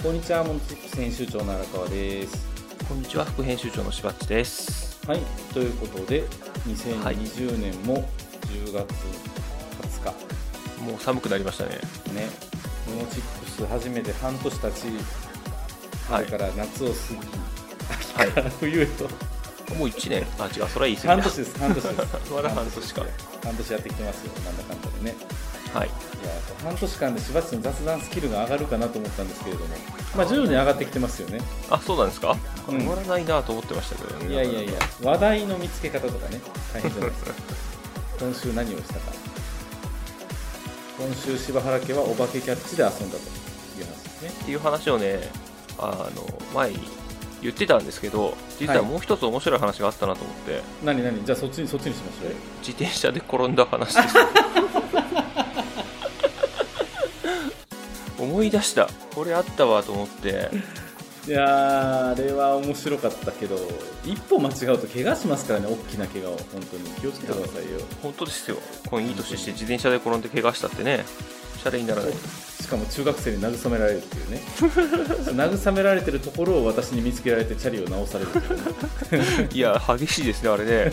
こんにちは、モノチップス編集長の荒川です。 こんにちは、副編集長のしばっちです。 はい、ということで2020年も10月20日、 もう寒くなりましたね。 ね、モノチップス初めて半年経ち、それから夏を過ぎ、秋から冬へと、 もう1年、違う、それは言い過ぎだ。 半年です、半年ですまだ半年か。 半年やってきてますよ、なんだかんだでね。 はい。 いや、半年間でしばっちの雑談スキルが上がるかなと思ったんですけれども、徐々に上がってきてますよね。 そうなんですか。上がらないなと思ってましたけどね。 いや、話題の見つけ方とかね、大変じゃないですか。今週何をしたか。今週柴原家はお化けキャッチで遊んだという話ですね。 っていう話をね、前に言ってたんですけど、実はもう一つ面白い話があったなと思って。 何じゃあそっちにしましょう。 自転車で転んだ話です。思い出した、これあったわと思って。 いやー、あれは面白かったけど、一歩間違うと怪我しますからね、大きな怪我を。本当に気をつけてくださいよ。 本当ですよ。このいい年して自転車で転んで怪我したってね、シャレにならない。 しかも中学生に慰められるっていうね。慰められてるところを私に見つけられてチャリを直されるっていうね。 いや、激しいですね、あれね。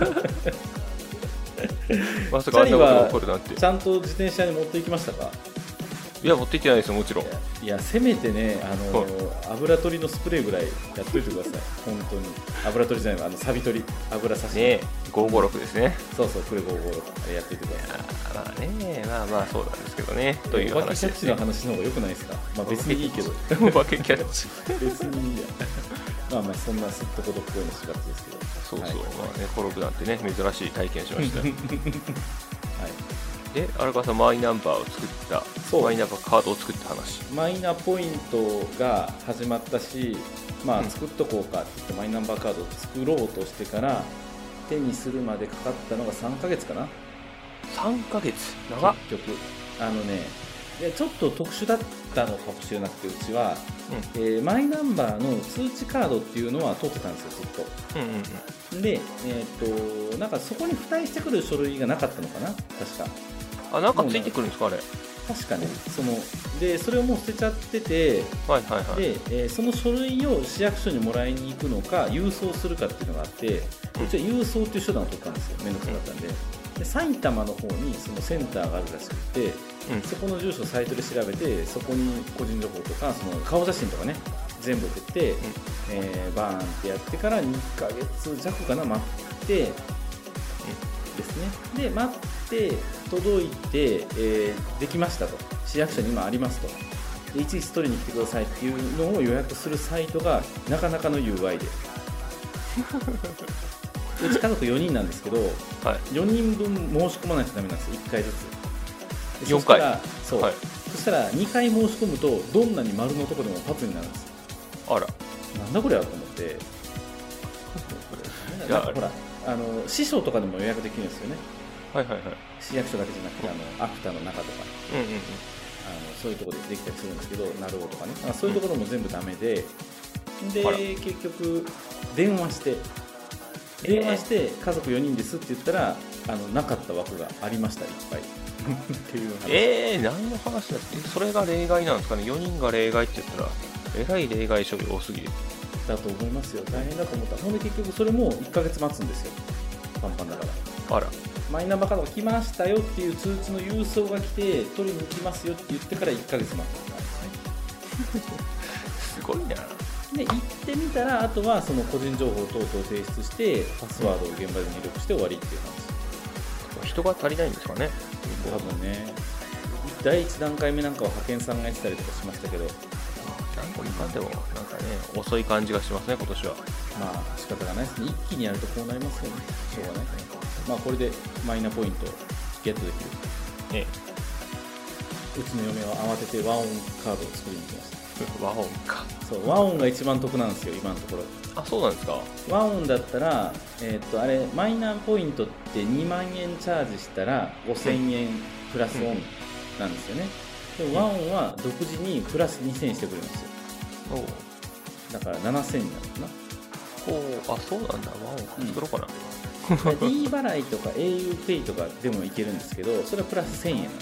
まさかあんなことが起こるなんて。 ちゃんと自転車に持っていきましたか？ いや、持って行ってないですよ、もちろん。 いや、せめてね、油取りのスプレーぐらいやっといてください。本当に。油取りじゃないわ、サビ取り、油差しね、556ですね。 そう、これ556、あれやっといてください。 まあそうなんですけどね、という話ですね。 お化けキャッチの話の方が良くないですか？別にいいけど。 お化けキャッチ別にいいや。そんなすっとこどっこいのしがちですけど。 そう、まあね、転ぶなんてね、珍しい体験しました。はい。で、荒川さん、マイナンバーを作った、マイナンバーカードを作った話。 マイナポイントが始まったし、作っとこうかって言ってマイナンバーカードを作ろうとしてから手にするまでかかったのが3ヶ月かな。 3ヶ月長っ。 結局いや、ちょっと特殊だったのかもしれなくて、うちは、マイナンバーの通知カードっていうのは取ってたんですよ、ずっと。で、なんかそこに付帯してくる書類がなかったのかな、確か。 なんかついてくるんですか、あれ。 確かね。でそれをもう捨てちゃってて、で、その書類を市役所にもらいに行くのか郵送するかっていうのがあって、うちは郵送っていう手段を取ったんですよ。面倒くさかったんで。で、埼玉の方にそのセンターがあるらしくて、そこの住所をサイトで調べて、そこに個人情報とかその顔写真とかね、全部送って、バーンってやってから2ヶ月弱かな、待ってですね。で、待って届いて、できましたと、市役所に今ありますと、でいちいち取りに来てくださいっていうのを予約するサイトがなかなかの UI でうち家族4人なんですけど、4人分申し込まないとダメなんですよ、1回ずつ。 4回。 そしたら2回申し込むとどんなに丸のところでもパツになるんですよ。 あら、 なんだこれやと思って。なんかほら、師匠とかでも予約できるんですよね。市役所だけじゃなくてアクタの中とか、そういうところでできたりするんですけど、なるほどとかね、そういうところも全部ダメで、結局電話して家族4人ですって言ったら、なかった枠がありました、いっぱいっていう話。 何の話だっけ。それが例外なんですかね。4人が例外って言ったらえらい例外処理多すぎるだと思いますよ。大変だと思った。ほんで結局それも1ヶ月待つんですよ、パンパンだから。 あら、 マイナンバーカードが来ましたよっていう通知の郵送が来て、取りに来ますよって言ってから1ヶ月待ったんですね。 すごいな。 で、行ってみたら、あとはその個人情報等々提出してパスワードを現場で入力して終わりっていう感じ。 人が足りないんですかね、 多分ね。第1段階目なんかは派遣さんがやってたりとかしましたけど、 なんかでもなんかね、遅い感じがしますね、今年は。 仕方がないですね。一気にやるとこうなりますよね。しょうがない。これでマイナポイントゲットできる。うちの嫁は慌てて和音カードを作りに行きました。 和音か。 そう、和音が一番得なんですよ、今のところ。 そうなんですか。 和音だったら、あれマイナポイントって2万円チャージしたら5000円プラスオンなんですよね。でも和音は独自にプラス2000円してくれるんですよ。だから7000円になるかな。 そうなんだ。和音作ろうかな。 D 払いとか auPay とかでもいけるんですけど、それはプラス1000円なんですよ。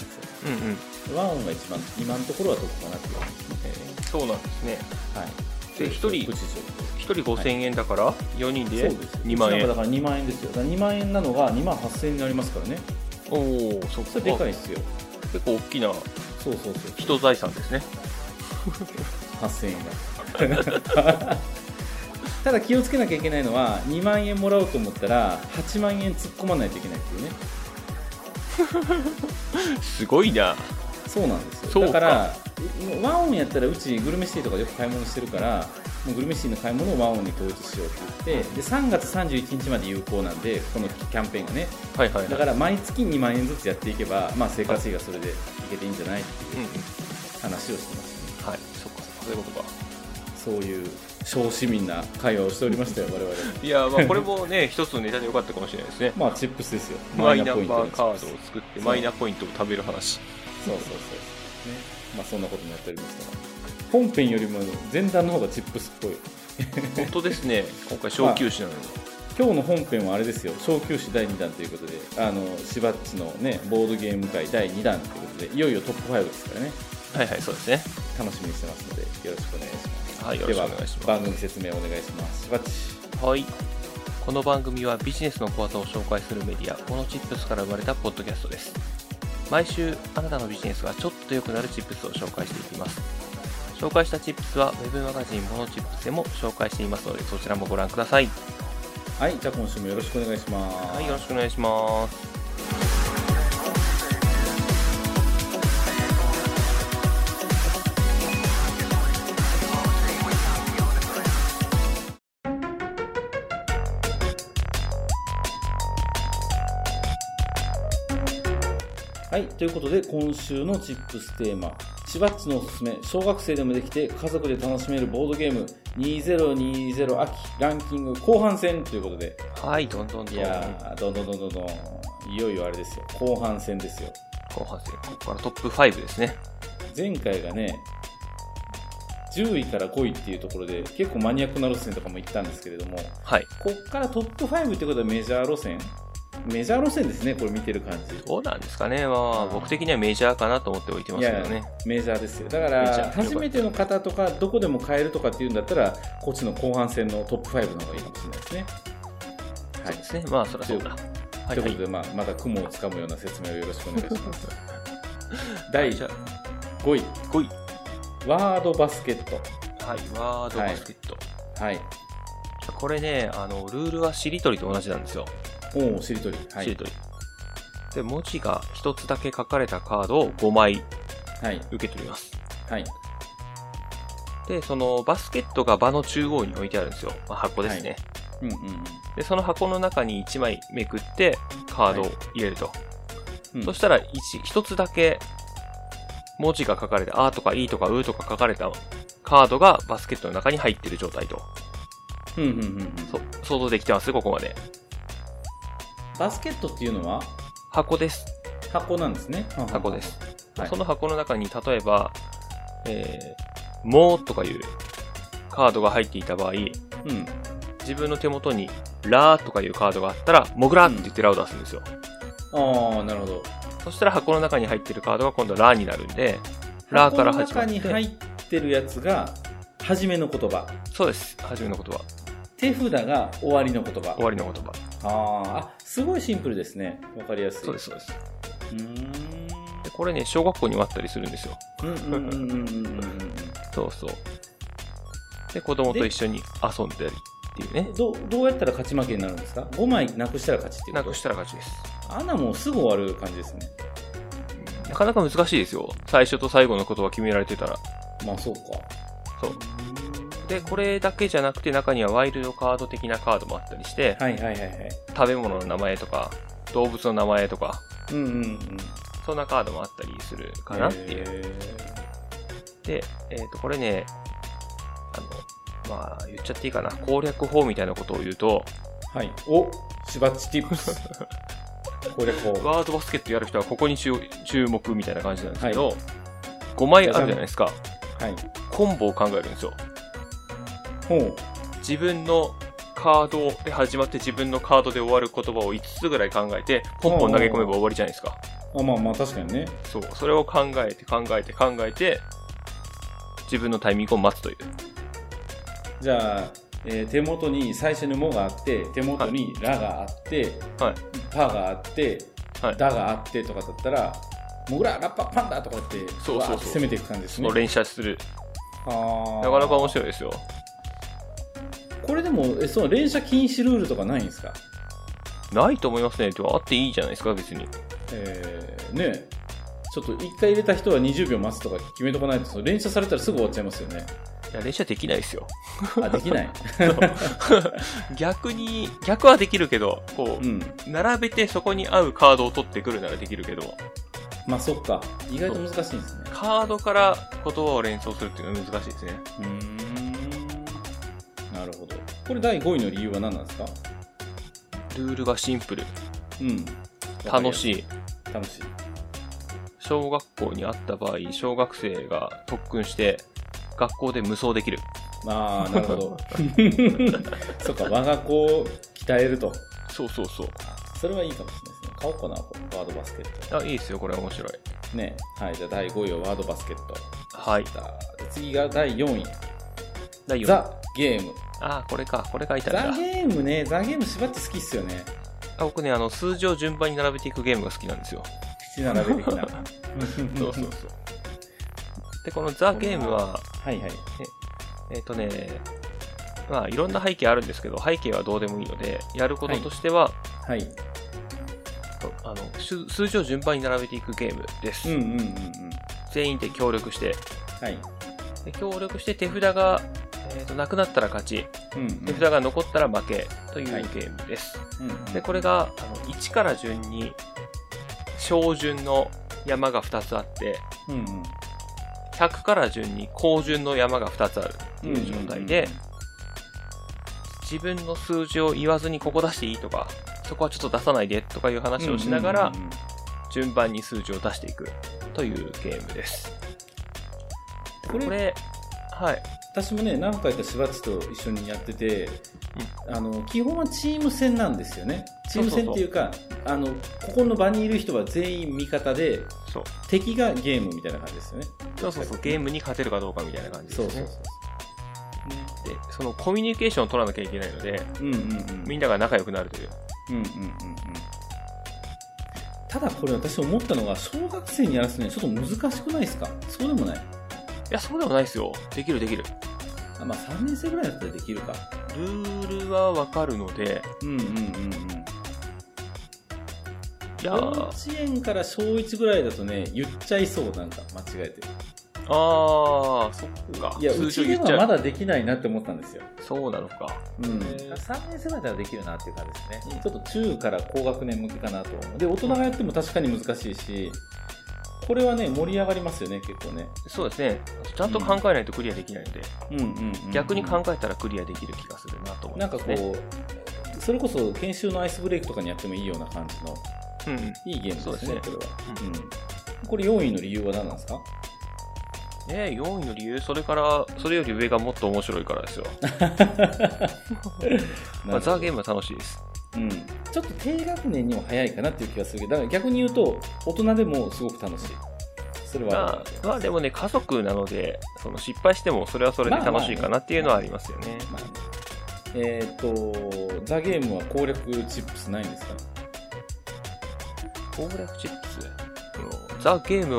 ワンオンが一番今のところはトップかなっていう感じですね。そうなんですね。 はい。 で1人5000円だから4人で2万円。 だから2万円ですよ。だから2万円なのが2万8000円になりますからね。 おお、それでかいですよ。 結構大きなそう人財産ですね。 8000円が。ただ気をつけなきゃいけないのは2万円もらおうと思ったら8万円突っ込まないといけないっていうね。 すごいな。 そうなんですよ。だからワンオンやったらうちグルメシティとかよく買い物してるからもうグルメシティの買い物をワンオンに統一しようって言ってで3月31日まで有効なんでこのキャンペーンがね、だから毎月2万円ずつやっていけば、まあ、生活費がそれでいけていいんじゃないっていう話をしてますね。 はい、そっかそういうことか。 そういう小市民な会話をしておりましたよ我々。 いや、まあこれもね一つのネタでよかったかもしれないですね。 まあチップスですよ。 マイナンバーカードを作ってマイナポイントを食べる話。 そうね。まあそんなこともやっておりましたが、本編よりも前段の方がチップスっぽい。 本当ですね。今回小休止なのに、 今日の本編はあれですよ、小休止第2弾ということで、しばっちのねボードゲーム会第2弾ということでいよいよトップ5ですからね。 はいはい、そうですね。 楽しみにしてますのでよろしくお願いします。 はい、よろしくお願いします。 では番組説明お願いします。しばっち。 はい。この番組はビジネスの小技を紹介するメディアモノチップスから生まれたポッドキャストです。毎週あなたのビジネスがちょっと良くなるチップスを紹介していきます。紹介したチップスはウェブマガジンモノチップスでも紹介していますのでそちらもご覧ください。 はい、じゃあ今週もよろしくお願いします。 はい、よろしくお願いします。 はい、ということで今週のチップステーマ、しばっちのおすすめ小学生でもできて家族で楽しめるボードゲーム2020秋ランキング後半戦ということで、 はい、どんどんいやどんどんいよいよあれですよ、後半戦ですよ。 後半戦、ここからトップ5ですね。 前回がね10位から5位っていうところで結構マニアックな路線とかも行ったんですけれども、 はい、 こっからトップ5ってことはメジャー路線ですね、これ見てる感じ。 どうなんですかね、まあ、僕的にはメジャーかなと思っておいてますけどね。 いやメジャーですよ。だから初めての方とかどこでも買えるとかっていうんだったらこっちの後半戦のトップ5の方がいいかもしれないですね。 はい、そうですね、まあそりゃそうだ。 ということで、また雲をつかむような説明をよろしくお願いします。第5位ワードバスケット。 はい、ワードバスケット。 はい、 これね、ルールはしりとりと同じなんですよ。 おお、しりとり。はい、 しりとり。で、文字が1つだけ書かれたカードを5枚受け取ります。 はい。 で、そのバスケットが場の中央に置いてあるんですよ。まあ、箱ですね。 はい、 で、その箱の中に1枚めくってカードを入れると。そしたら 1つだけ文字が書かれて、あとかいとかうとか書かれたカードがバスケットの中に入っている状態と。想像できてます？ここまで。 バスケットっていうのは箱です。 箱なんですね。 箱です。はい、その箱の中に例えば、モーとかいうカードが入っていた場合、自分の手元にラーとかいうカードがあったら、モグラって言ってラを出すんですよ。 ああ、なるほど。 そしたら箱の中に入っているカードが今度ラーになるんで、ラーから始まって。 箱の中に入ってるやつが初めの言葉。 そうです。初めの言葉。 手札が終わりの言葉。 終わりの言葉。 あ、すごいシンプルですね。わかりやすい。 そうです、そうです。でこれね、小学校にもあったりするんですよ。そうそう。で、子供と一緒に遊んでるっていうね。 どうやったら勝ち負けになるんですか？ 5 枚なくしたら勝ちっていうこと？ なくしたら勝ちです。 もうすぐ終わる感じですね。 なかなか難しいですよ。最初と最後のことが決められてたら。 まあそうか。 そう。で、これだけじゃなくて中にはワイルドカード的なカードもあったりして、食べ物の名前とか、動物の名前とか、そんなカードもあったりするかなっていう。で、これね、まあ、言っちゃっていいかな、攻略法みたいなことを言うと、 はい。しばっちティップス。攻略法。 ワードバスケットやる人はここに注目みたいな感じなんですけど、5枚あるじゃないですか。コンボを考えるんですよ。自分のカードで始まって自分のカードで終わる言葉を5つぐらい考えてポンポン投げ込めば終わりじゃないですか。 まあまあ確かにね。 そう、それを考えて自分のタイミングを待つという。 じゃあ、手元に最初にもがあって、手元にラがあって、はい、パがあって、はい、ダがあってとかだったら、もぐらラッパパンダとかって攻めていく感じですね。 連射する。なかなか面白いですよ。 これでもその連射禁止ルールとかないんですか？ ないと思いますね。あっていいじゃないですか、別に。 ね、ちょっと1回入れた人は20秒待つとか決めとかないと、その連射されたらすぐ終わっちゃいますよね。 いや、連射できないですよ。 できない逆はできるけど、こう、並べてそこに合うカードを取ってくるならできるけど。 まあそっか、意外と難しいんですね。 カードから言葉を連想するっていうのは難しいですね。 なるほど。これ第5位の理由は何なんですか？ ルールがシンプル。楽しい。小学校にあった場合、小学生が特訓して学校で無双できる。 なるほど。そっか、我が子を鍛えると。 そう。 それはいいかもしれないですね。買おうかな、これワードバスケット。 いいですよ、これ面白い。 ね、はい、じゃあ第5位はワードバスケット。 はい。 次が第4位。ザ・ゲーム。 これか、これ書いてあるんだ。 ザ・ゲームね、ザ・ゲームしばって好きっすよね。 僕ね、数字を順番に並べていくゲームが好きなんですよ。 口並べ的な。 そう。で、このザ・ゲームは、まあ、いろんな背景あるんですけど、背景はどうでもいいので、やることとしては、数字を順番に並べていくゲームです。全員で協力して、で協力して手札が、なくなったら勝ち、手札が残ったら負けというゲームです。でこれが1から順に小順の山が2つあって、100から順に高順の山が2つあるという状態で、自分の数字を言わずにここ出していいとか、そこはちょっと出さないでとかいう話をしながら、順番に数字を出していくというゲームです。これ、 私もね、何回かしばっちと一緒にやってて、基本はチーム戦なんですよね。チーム戦っていうか、ここの場にいる人は全員味方で、敵がゲームみたいな感じですよね。 ゲームに勝てるかどうかみたいな感じですね。で、そのコミュニケーションを取らなきゃいけないので、みんなが仲良くなるという。 ただこれ私思ったのが、小学生にやらすのはちょっと難しくないですか？そうでもない？ いや、そうでもないですよ。できる。 まあ3年生ぐらいだったらできるか。 ルールはわかるので。 幼稚園から小1ぐらいだとね、言っちゃいそう、なんか間違えて。 そっか。 いや、うちではまだできないなって思ったんですよ。 そうなのか。 3年生ぐらいだったらできるなっていう感じですね。ちょっと中から高学年向けかなと思う。で、大人がやっても確かに難しいし、これはね、盛り上がりますよね、結構ね。 そうですね。ちゃんと考えないとクリアできないので、逆に考えたらクリアできる気がするなと思いますね。 なんかこう、それこそ研修のアイスブレイクとかにやってもいいような感じの、いいゲームですね、これは。これ4位の理由は何なんですか ？4位の理由、それより上がもっと面白いからですよ。ザ・ゲームは楽しいです。 ちょっと低学年にも早いかなっていう気がするけど、だから逆に言うと大人でもすごく楽しい。それはまあでもね、家族なので失敗してもそれはそれで楽しいかなっていうのはありますよね。 ザ・ゲームは攻略チップスないんですか？ 攻略チップス、ザ・ゲーム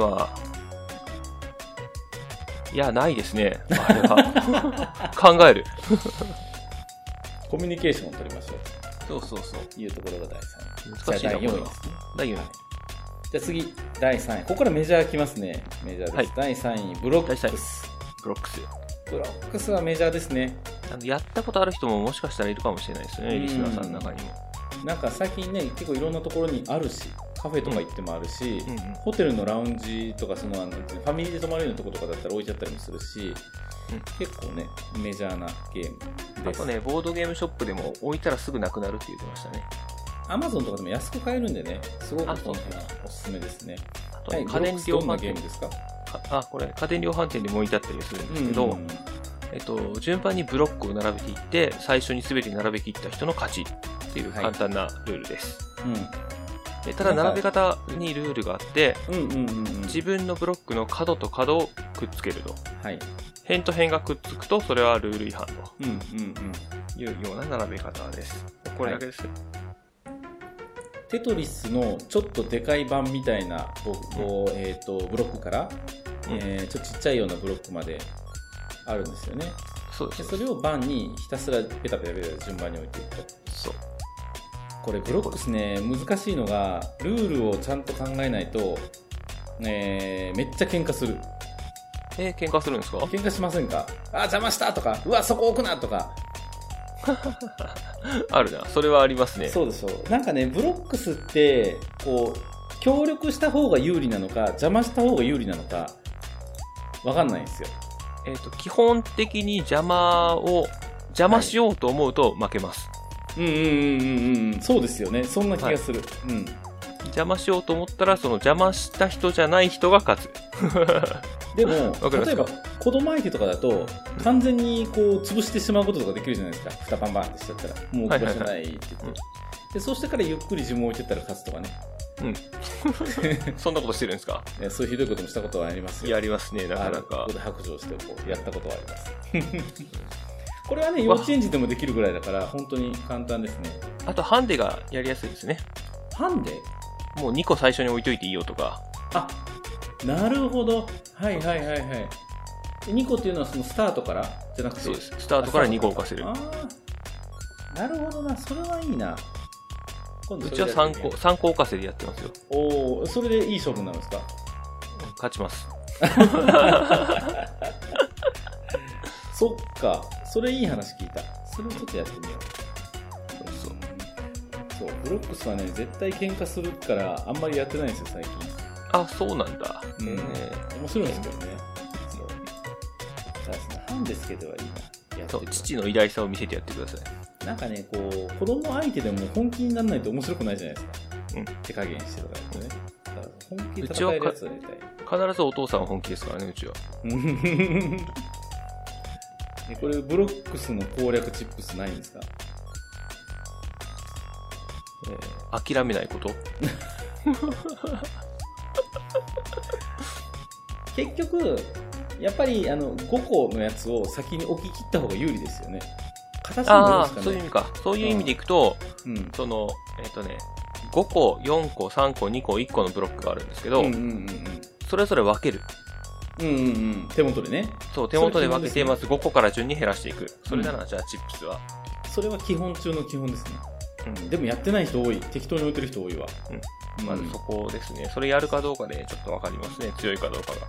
はいや、ないですね。あれは考える。 コミュニケーションを取りましょう。 そう。 いうところが第3位。 難しいな。 第4位ですね。 第4位。 じゃあ次、第3位。ここからメジャー来ますね。メジャーです。第3位、ブロックス。ブロックスはメジャーですね。 やったことある人ももしかしたらいるかもしれないですね。リスナーさんの中にも。 なんか最近ね、結構いろんなところにあるし、カフェとか行ってもあるし、ホテルのラウンジとかファミリーで泊まれるようなところとかだったら置いちゃったりもするし、結構ねメジャーなゲームです。 あとね、ボードゲームショップでも置いたらすぐなくなるって言ってましたね。 Amazon とかでも安く買えるんでね、すごくおすすめですね。 あと、家電量販店ですか？これ家電量販店でも置いてあったりするんですけど、順番にブロックを並べていって最初に全て並べきった人の勝ちっていう簡単なルールです。 でただ並べ方にルールがあって、自分のブロックの角と角をくっつけると、はい、辺と辺がくっつくとそれはルール違反というような並べ方です。これだけです、はい。 テトリスのちょっとでかい版みたいなブロックから、ちょっとちっちゃいようなブロックまであるんですよね。 そうです。 でそれを盤にひたすらペタペタペタ順番に置いていくと。そう。これブロックスね、難しいのがルールをちゃんと考えないと、めっちゃ喧嘩する。 喧嘩するんですか？ 喧嘩しませんか？あ、邪魔したとか、うわそこ置くなとか。 あるな、それはありますね。 そうでしょ。なんかね、ブロックスってこう協力した方が有利なのか邪魔した方が有利なのか分かんないんですよ。 基本的に邪魔しようと思うと負けます。 そうですよね。そんな気がする。はい、 邪魔しようと思ったらその邪魔した人じゃない人が勝つ。 でも例えば子供相手とかだと完全にこう潰してしまうこととかできるじゃないですか。蓋パンパンってしちゃったらもう置き場所ないって言って、でそうしてからゆっくり自分置いてったら勝つとかね。 そんなことしてるんですか？ そういうひどいこともしたことはありますよ。 やりますね、なかなか。 ここで白状してこうやったことはあります。これはね、幼稚園児でもできるぐらいだから本当に簡単ですね。 あとハンデがやりやすいですね。 ハンデ？ もう2個最初に置いといていいよとか。 あ、なるほど。はいはいはいはい。2個っていうのはそのスタートからじゃなくて？ そうです。スタートから2個置かせる。 なるほどな。それはいいな。 うちは3個置かせでやってますよ。 おお、それでいい勝負になるんですか？ 勝ちます。 そっか、それいい話聞いた。それをちょっとやってみよう。そう、ブロックスはね、絶対喧嘩するからあんまりやってないんですよ最近。 あ、そうなんだ。 面白いんですけどね。そう。ハンデつけてはいいな。 そう、父の偉大さを見せてやってください。 なんかね、こう子供相手でも本気にならないと面白くないじゃないですか。手加減してとかね。だから本気で戦えるやつはやりたい。 必ずお父さんは本気ですからね、うちは。 これブロックスの攻略チップスないんですか？ 諦めないこと。 結局やっぱり5個のやつを先に置き切った方が有利ですよね。形になるんですかね。 そういう意味か。そういう意味でいくと、その5個、4個、3個、2個、1個のブロックがあるんですけど、それぞれ分ける。 手元でね。 そう、手元で分けて、まず5個から順に減らしていく。それなら、じゃあチップスは。 それは基本中の基本ですね。でもやってない人多い。適当に置いてる人多いわ。 まずそこですね。それやるかどうかでちょっと分かりますね。強いかどうかが。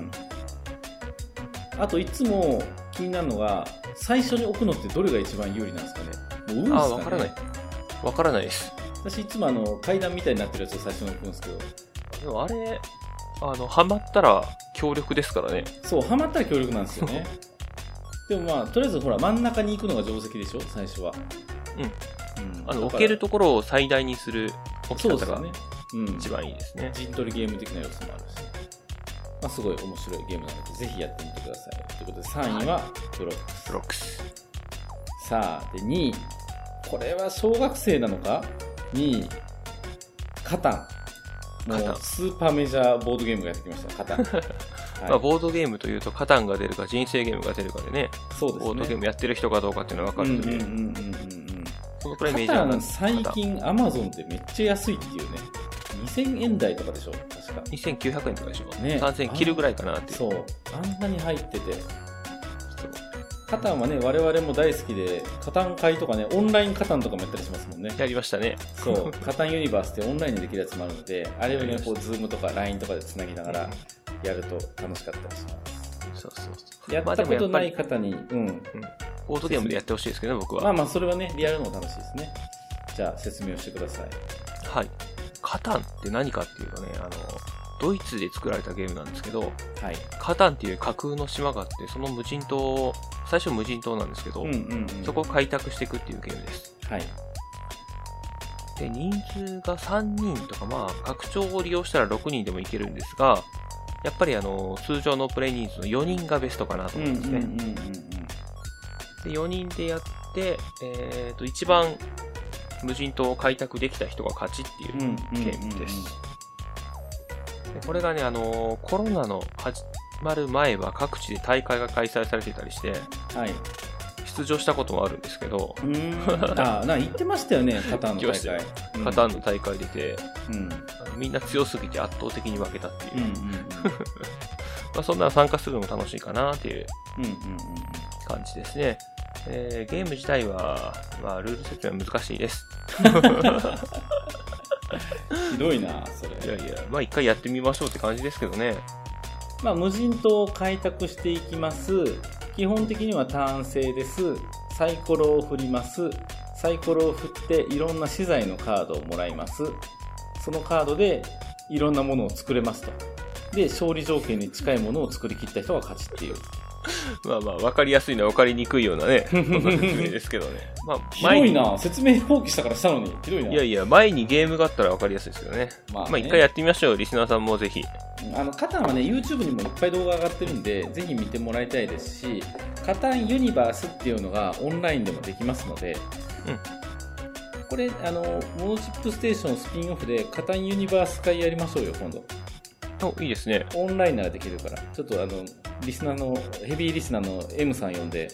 あといつも気になるのが、最初に置くのってどれが一番有利なんですかね。もう運ですかね。 分からない。分からないです。 私いつも階段みたいになってるやつを最初に置くんですけど。 でもあれ、ハマったら強力ですからね。 そう、ハマったら強力なんですよね。でもまあ、とりあえずほら、真ん中に行くのが定石でしょ、最初は。 置けるところを最大にする置き方が一番いいですね。 陣取りゲーム的な要素もあるし。まあ、すごい面白いゲームなので、ぜひやってみてください。ということで、3位はブロックス。さあ、で、2位。これは小学生なのか ?2 位、カタン。もうスーパーメジャーボードゲームがやってきました、カタン。 まあ、ボードゲームというと、カタンが出るか、人生ゲームが出るかでね、 そうですね、 ボードゲームやってる人かどうかっていうのは分かるので、そのくらいメジャーなんです。 最近、アマゾンでめっちゃ安いっていうね、2000円台とかでしょ、確か。 2900円とかでしょ、 ね、 3000切るぐらいかなっていう。 そう、あんなに入ってて。カタンはね、我々も大好きで、カタン会とかね、オンラインカタンとかもやったりしますもんね。 やりましたね。 そう、カタンユニバースってオンラインでできるやつもあるので、あれをね、こう、ズームとか LINE とかでつなぎながらやると楽しかったりします。 そう。 やったことない方に、 ボードゲームでやってほしいですけどね、僕は。 まあまあ、それはね、リアルのも楽しいですね。じゃあ、説明をしてください。 はい。カタンって何かっていうとね、ドイツで作られたゲームなんですけど、カタンっていう架空の島があって、その無人島、最初無人島なんですけど、そこを開拓していくっていうゲームです。はい。で、人数が3人とか、まあ、拡張を利用したら6人でもいけるんですが、やっぱり通常のプレイ人数の4人がベストかなと思うんですね。で、4人でやって、一番無人島を開拓できた人が勝ちっていうゲームです。でこれがね、コロナの始まる前は各地で大会が開催されてたりして、はい、出場したこともあるんですけど、 言ってましたよね、カタンの大会。 カタンの大会出て、みんな強すぎて圧倒的に負けたっていう。まあそんなの参加するのも楽しいかなっていう感じですね。ゲーム自体は、まあ、ルール説明は難しいです。 ひどいな、それ。 いや、まあ一回やってみましょうって感じですけどね。 まあ無人島を開拓していきます。基本的にはターン制です。サイコロを振ります。サイコロを振っていろんな資材のカードをもらいます。そのカードでいろんなものを作れますと。で、勝利条件に近いものを作り切った人が勝ちっていう。 まあまあ、分かりやすいのは分かりにくいようなね、そんな説明ですけどね。 まあ、ひどいな、説明放棄したからしたのに、ひどいな。 いや、前にゲームがあったら分かりやすいですけどね。まあ一回やってみましょう、リスナーさんもぜひ。 カタンはね、YouTube にもいっぱい動画上がってるんで、ぜひ見てもらいたいですし、カタンユニバースっていうのがオンラインでもできますので、これ、モノチップステーションスピンオフで、カタンユニバース会やりましょうよ、今度。 いいですね。 オンラインならできるから、ちょっとリスナーの、ヘビーリスナーの M さん呼んで。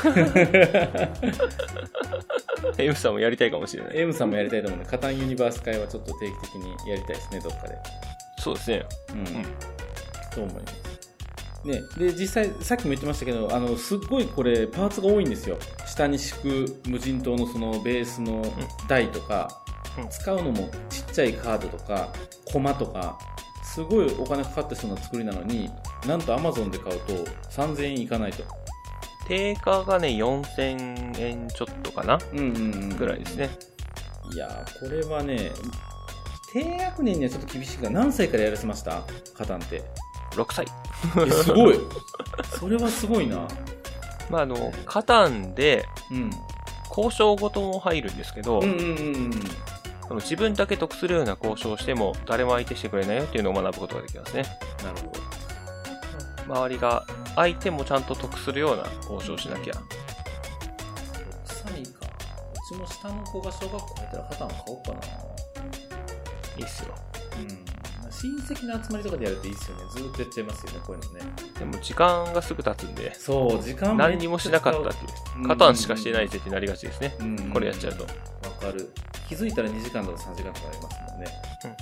M さんもやりたいかもしれない。 M さんもやりたいと思うので、カタンユニバース会はちょっと定期的にやりたいですね、どっかで。 そうですね。 と思います。ね、で、実際、さっきも言ってましたけど、すっごいこれ、パーツが多いんですよ。下に敷く無人島のそのベースの台とか、使うのもちっちゃいカードとか、コマとか、すごいお金かかってそうな作りなのに、なんと Amazon で買うと3000円いかないと。 定価がね、4000円ちょっとかな、ぐらいですね。 いやー、これはね、低学年にはちょっと厳しいから、何歳からやらせました？カタンって。 6歳。 すごい。それはすごいな。 まあ、カタンで、交渉ごとも入るんですけど、自分だけ得するような交渉をしても誰も相手してくれないよっていうのを学ぶことができますね。 なるほど。周りが相手もちゃんと得するような交渉をしなきゃ。6 歳か。うちも下の子が小学校入ったらカタン買おうかな。 いいっすよ。 親戚の集まりとかでやるといいっすよね。ずーっとやっちゃいますよね、こういうのね。 でも時間がすぐ経つんで。 そう、時間何にもしなかったっていう。カタンしかしてないぜってなりがちですね。これやっちゃうと。 わかる。気づいたら2時間とか3時間とかありますもんね。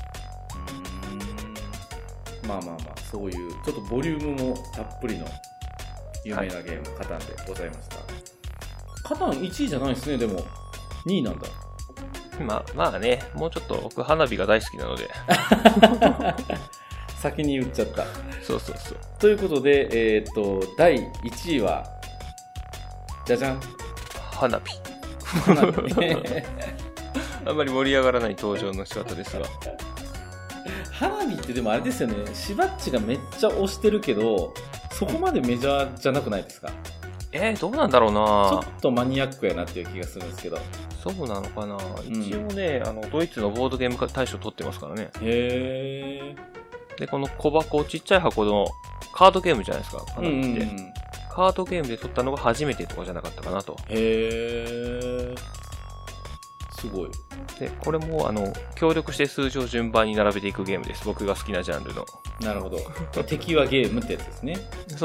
まあ、そういう、ちょっとボリュームもたっぷりの有名なゲーム、カタンでございました。カタン1位じゃないですね、でも。2位なんだ。 まあね、もうちょっと僕花火が大好きなので。 先に言っちゃった。 そう。 ということで、第1位は、じゃじゃん。 花火。あんまり盛り上がらない登場の仕方ですが。 花火ってでもあれですよね、しばっちがめっちゃ推してるけど、そこまでメジャーじゃなくないですか？ どうなんだろうな。 ちょっとマニアックやなっていう気がするんですけど。 そうなのかな。一応ね、ドイツのボードゲーム大賞取ってますからね。 へー。で、この小箱、ちっちゃい箱のカードゲームじゃないですか、花火って。カードゲームで取ったのが初めてとかじゃなかったかなと。 へー。すごい。 で、これも、協力して数字を順番に並べていくゲームです。僕が好きなジャンルの。 なるほど。敵はゲームってやつですね。 そう。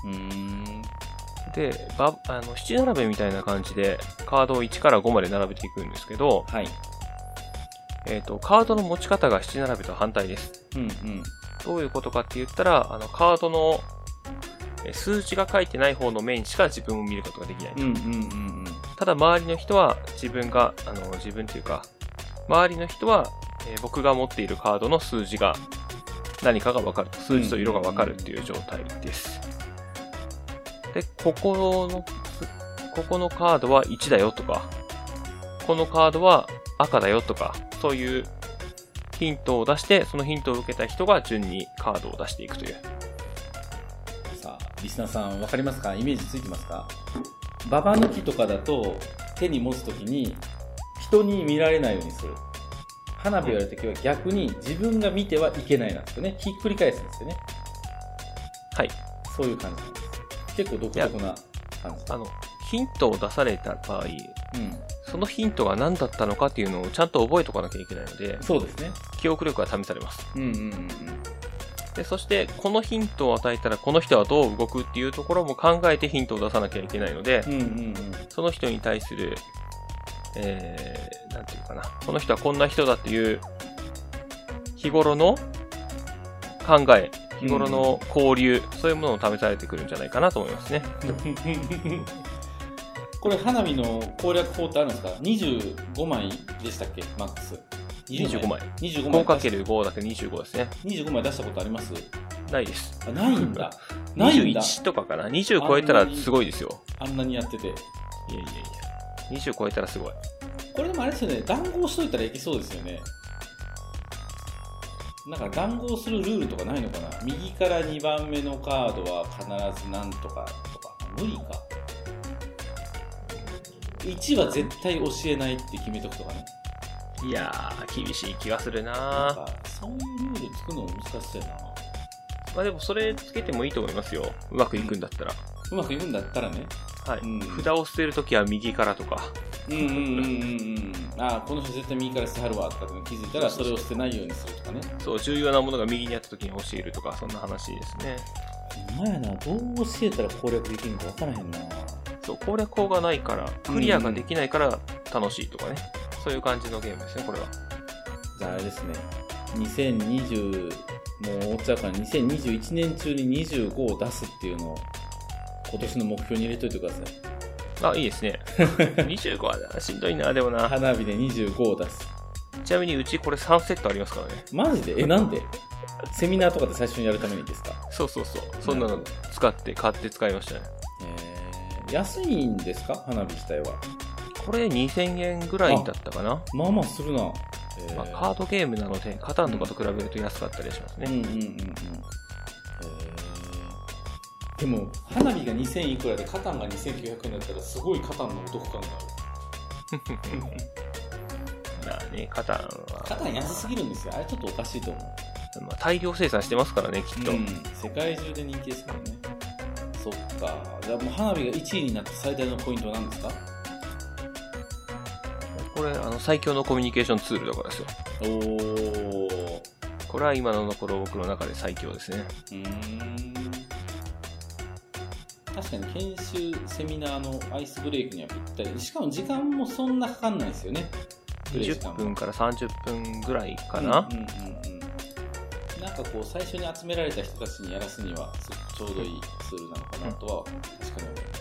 で、七並べみたいな感じで、カードを1から5まで並べていくんですけど、 はい。 カードの持ち方が七並べと反対です。どういうことかって言ったら、カードの数字が書いてない方の面しか自分を見ることができないと。ただ周りの人は自分というか、周りの人は、僕が持っているカードの数字が何かが分かると。数字と色が分かるっていう状態です。で、ここのカードは1だよとか、このカードは赤だよとか、そういうヒントを出して、そのヒントを受けた人が順にカードを出していくという。 さあ、リスナーさん分かりますか？イメージついてますか？ババ抜きとかだと手に持つときに人に見られないようにする。花火をやるときは逆に自分が見てはいけないなんですよね。ひっくり返すんですよね。 はい。 そういう感じなんです。結構独特な感じ。 ヒントを出された場合、 そのヒントが何だったのかっていうのをちゃんと覚えておかなきゃいけないので、 そうですね。 記憶力が試されます。で、そして、このヒントを与えたら、この人はどう動くっていうところも考えてヒントを出さなきゃいけないので、その人に対する、なんていうかな、この人はこんな人だっていう、日頃の考え、日頃の交流、そういうものを試されてくるんじゃないかなと思いますね。 これ、花火の攻略法ってあるんですか？ 25 枚でしたっけ、マックス。 25枚。 25枚。 5×5 だけ25ですね。 25枚出したことあります？ ないです。 あ、ないんだ。ないんだ。 21とかかな。20超えたらすごいですよ。 あんなにやってて。いやいやいや。20超えたらすごい。 これでもあれですよね、談合しといたらいけそうですよね。なんか談合するルールとかないのかな。右から2番目のカードは必ずなんとかとか。無理か。1は絶対教えないって決めとくとかね。 いやー、厳しい気がするな。 なんかそういうルール作るの難しそうやな。 まあでもそれつけてもいいと思いますよ。うまくいくんだったら。 うまくいくんだったらね。 はい。札を捨てるときは右からとか。 ああ、この人絶対右から捨てはるわとか気づいたらそれを捨てないようにするとかね。 そう、重要なものが右にあったときに教えるとか、そんな話ですね。 ほんまやな、どう教えたら攻略できるのか分からへんな。 そう、攻略法がないから、クリアができないから楽しいとかね。そういう感じのゲームですね、これは。 じゃああれですね、2020、もう終わっちゃうから2021年中に25を出すっていうのを今年の目標に入れといてください。 あ、いいですね。25はしんどいな、でもな。 花火で25を出す。 ちなみにうちこれ3セットありますからね。 マジで？なんで？セミナーとかで最初にやるためにですか？ そうそうそう。そんなの買って使いましたね。 安いんですか？花火自体は。 これ2000円ぐらいだったかな。 まあまあするな。 まあ、カードゲームなので、カタンとかと比べると安かったりしますね。 でも、花火が2000いくらでカタンが2900円だったらすごいカタンのお得感がある。 まあね、カタンは。 カタン安すぎるんですよ。あれちょっとおかしいと思う。 まあ、大量生産してますからね、きっと。 世界中で人気ですからね。そっか。じゃあもう花火が1位になった最大のポイントは何ですか？ これ最強のコミュニケーションツールだからですよ。これは今のところ僕の中で最強ですね。 確かに研修セミナーのアイスブレイクにはぴったり。しかも時間もそんなかかんないですよね。 20分から30分ぐらいかな。 なんかこう最初に集められた人たちにやらすにはちょうどいいツールなのかなとは確かに思います。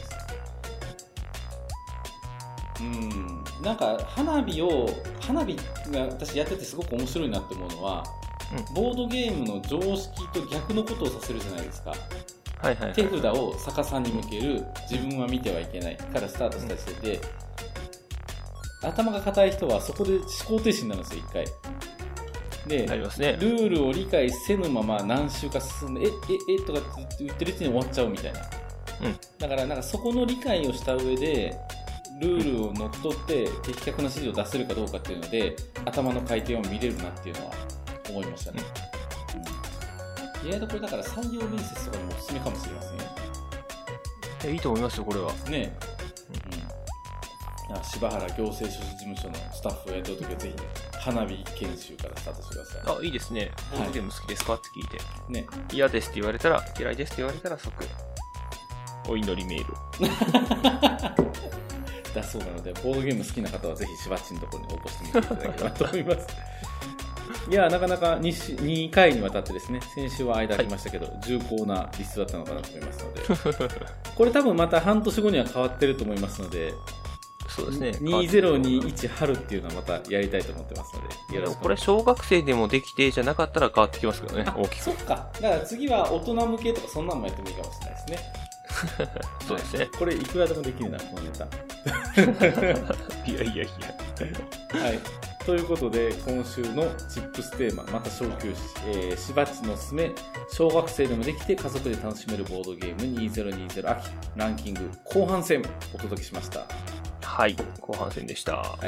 なんか花火が私やっててすごく面白いなって思うのは、ボードゲームの常識と逆のことをさせるじゃないですか。手札を逆さに向ける、自分は見てはいけないからスタートしたりしてて、頭が固い人はそこで思考停止になるんですよ、一回。で、 なりますね。 ルールを理解せぬまま何周か進んで、とかって言ってるうちに終わっちゃうみたいな。だからなんかそこの理解をした上で、ルールを乗っ取って的確な指示を出せるかどうかっていうので、頭の回転を見れるなっていうのは思いましたね。意外とこれだから採用面接とかにもおすすめかもしれませんよ。 いいと思いますよ、これは。 ね柴原行政書士事務所のスタッフをやってるときはぜひ花火研修からスタートしてください。 あ、いいですね。ボードゲーム好きですかって聞いて。ね。嫌ですって言われたら、嫌いですって言われたら即、お祈りメール。 だそうなので、ボードゲーム好きな方はぜひしばっちのところに起こしてみていただければと思います。いや、なかなか 2回にわたってですね、先週は間空きましたけど、重厚なリストだったのかなと思いますので、これ多分また半年後には変わってると思いますので、 そうですね。 2021春っていうのはまたやりたいと思ってますので、よろしく。 これ小学生でもできてじゃなかったら変わってきますけどね、大きく。 そっか。だから次は大人向けとかそんなのもやってもいいかもしれないですね。 そうですね。 これいくらでもできるな、このネタ。 いや。 はい。ということで、今週のチップステーマ、また小休止、しばっちのおすすめ、小学生でもできて家族で楽しめるボードゲーム2020秋ランキング後半戦お届けしました。 はい、後半戦でした。 はい。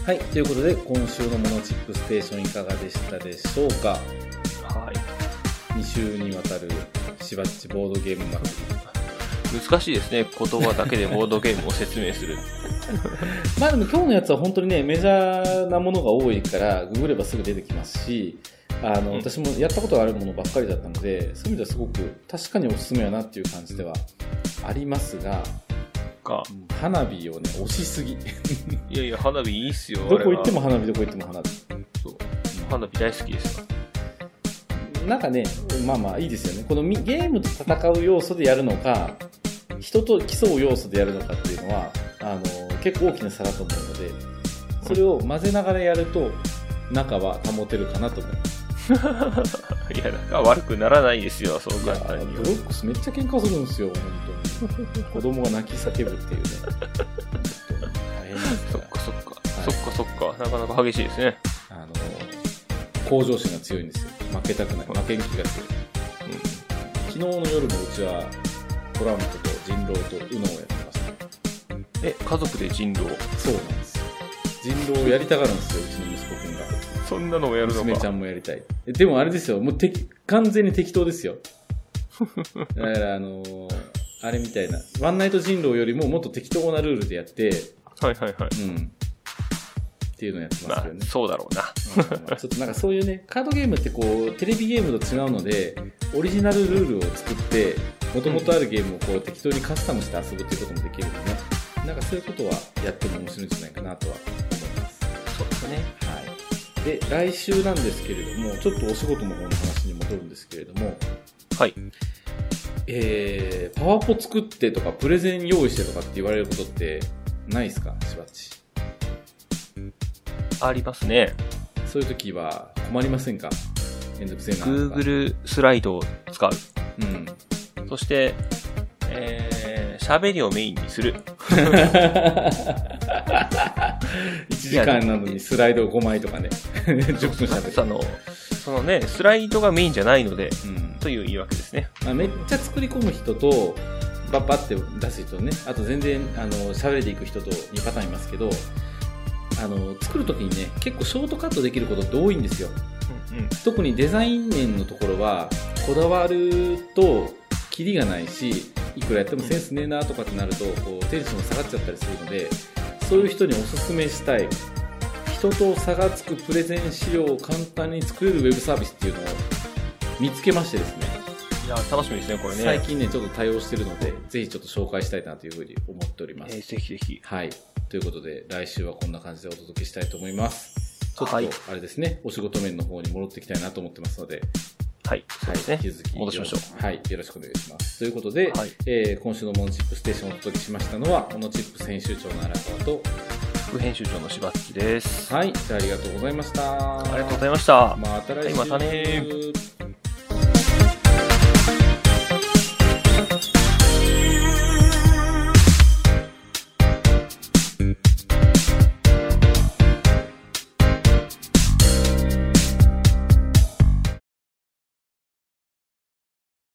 はい、ということで今週のモノチップステーションいかがでしたでしょうか。 はい。 2週にわたるしばっちボードゲーム祭り。難しいですね、言葉だけでボードゲームを説明する。 まあでも今日のやつは本当にね、メジャーなものが多いから、ググればすぐ出てきますし、私もやったことがあるものばっかりだったので、そういう意味ではすごく確かにおすすめやなっていう感じではありますが、花火をね、押しすぎ。 いやいや、花火いいっすよ。 どこ行っても花火、どこ行っても花火。 そう。花火大好きですよ。 なんかね、まあまあいいですよね。このゲームと戦う要素でやるのか、人と競う要素でやるのかっていうのは、結構大きな差だと思うので、それを混ぜながらやると、仲は保てるかなと思います。 いや、仲悪くならないですよ、そう簡単に。 ブロックスめっちゃ喧嘩するんですよ、本当に。子供が泣き叫ぶっていうね。大変です。 そっかそっか、はい、そっか、なかなか激しいですね。 向上心が強いんですよ。負けたくない。負けん気が強い。昨日の夜もうちはトランプと人狼と UNO をやってました。 家族で人狼？ そうなんですよ。人狼をやりたがるんですよ、うちの息子くんが。 そんなのもやるのか。 娘ちゃんもやりたい。でもあれですよ、もう完全に適当ですよ。だからあれみたいな、ワンナイト人狼よりももっと適当なルールでやって、 はいはいはい。 うん。っていうのをやってますよね。 まあ、そうだろうな。 ちょっとなんかそういうね、カードゲームってこう、テレビゲームと違うので、オリジナルルールを作って、元々あるゲームをこう適当にカスタムして遊ぶっていうこともできるんでね。なんかそういうことはやっても面白いんじゃないかなとは思います。 そうですね。 はい。で、来週なんですけれども、ちょっとお仕事の方の話に戻るんですけれども、 はい。 パワポ作ってとか、プレゼン用意してとかって言われることってないですか、しばっち。 ありますね。 そういう時は困りませんか？めんどくせえな。 Google スライドを使う。 うん。 そして、喋りをメインにする。 1時間なのにスライド5枚とかね。10分喋る。 そのね、スライドがメインじゃないので、という言い訳ですね。 めっちゃ作り込む人と、バッバって出す人ね。あと全然、喋れていく人と2パターンいますけど、作るときにね、結構ショートカットできることって多いんですよ。特にデザイン面のところは、こだわると、キリがないし、いくらやってもセンスねえなとかってなると、こうテンションが下がっちゃったりするので、そういう人におすすめしたい、人と差がつくプレゼン資料を簡単に作れるウェブサービスっていうのを見つけましてですね。 いや、楽しみですね、これね。 最近ね、ちょっと対応してるので、ぜひちょっと紹介したいなというふうに思っております。 ぜひぜひ。 はい。ということで、来週はこんな感じでお届けしたいと思います。ちょっと、あれですね、お仕事面の方に戻っていきたいなと思ってますので、 はい。そうですね。 引き続き戻しましょう。 はい。よろしくお願いします。ということで、今週のモノチップステーションをお届けしましたのは、モノチップ編集長の荒川と、 副編集長の柴月です。 はい。じゃあありがとうございました。 ありがとうございました。 また来週。 またね。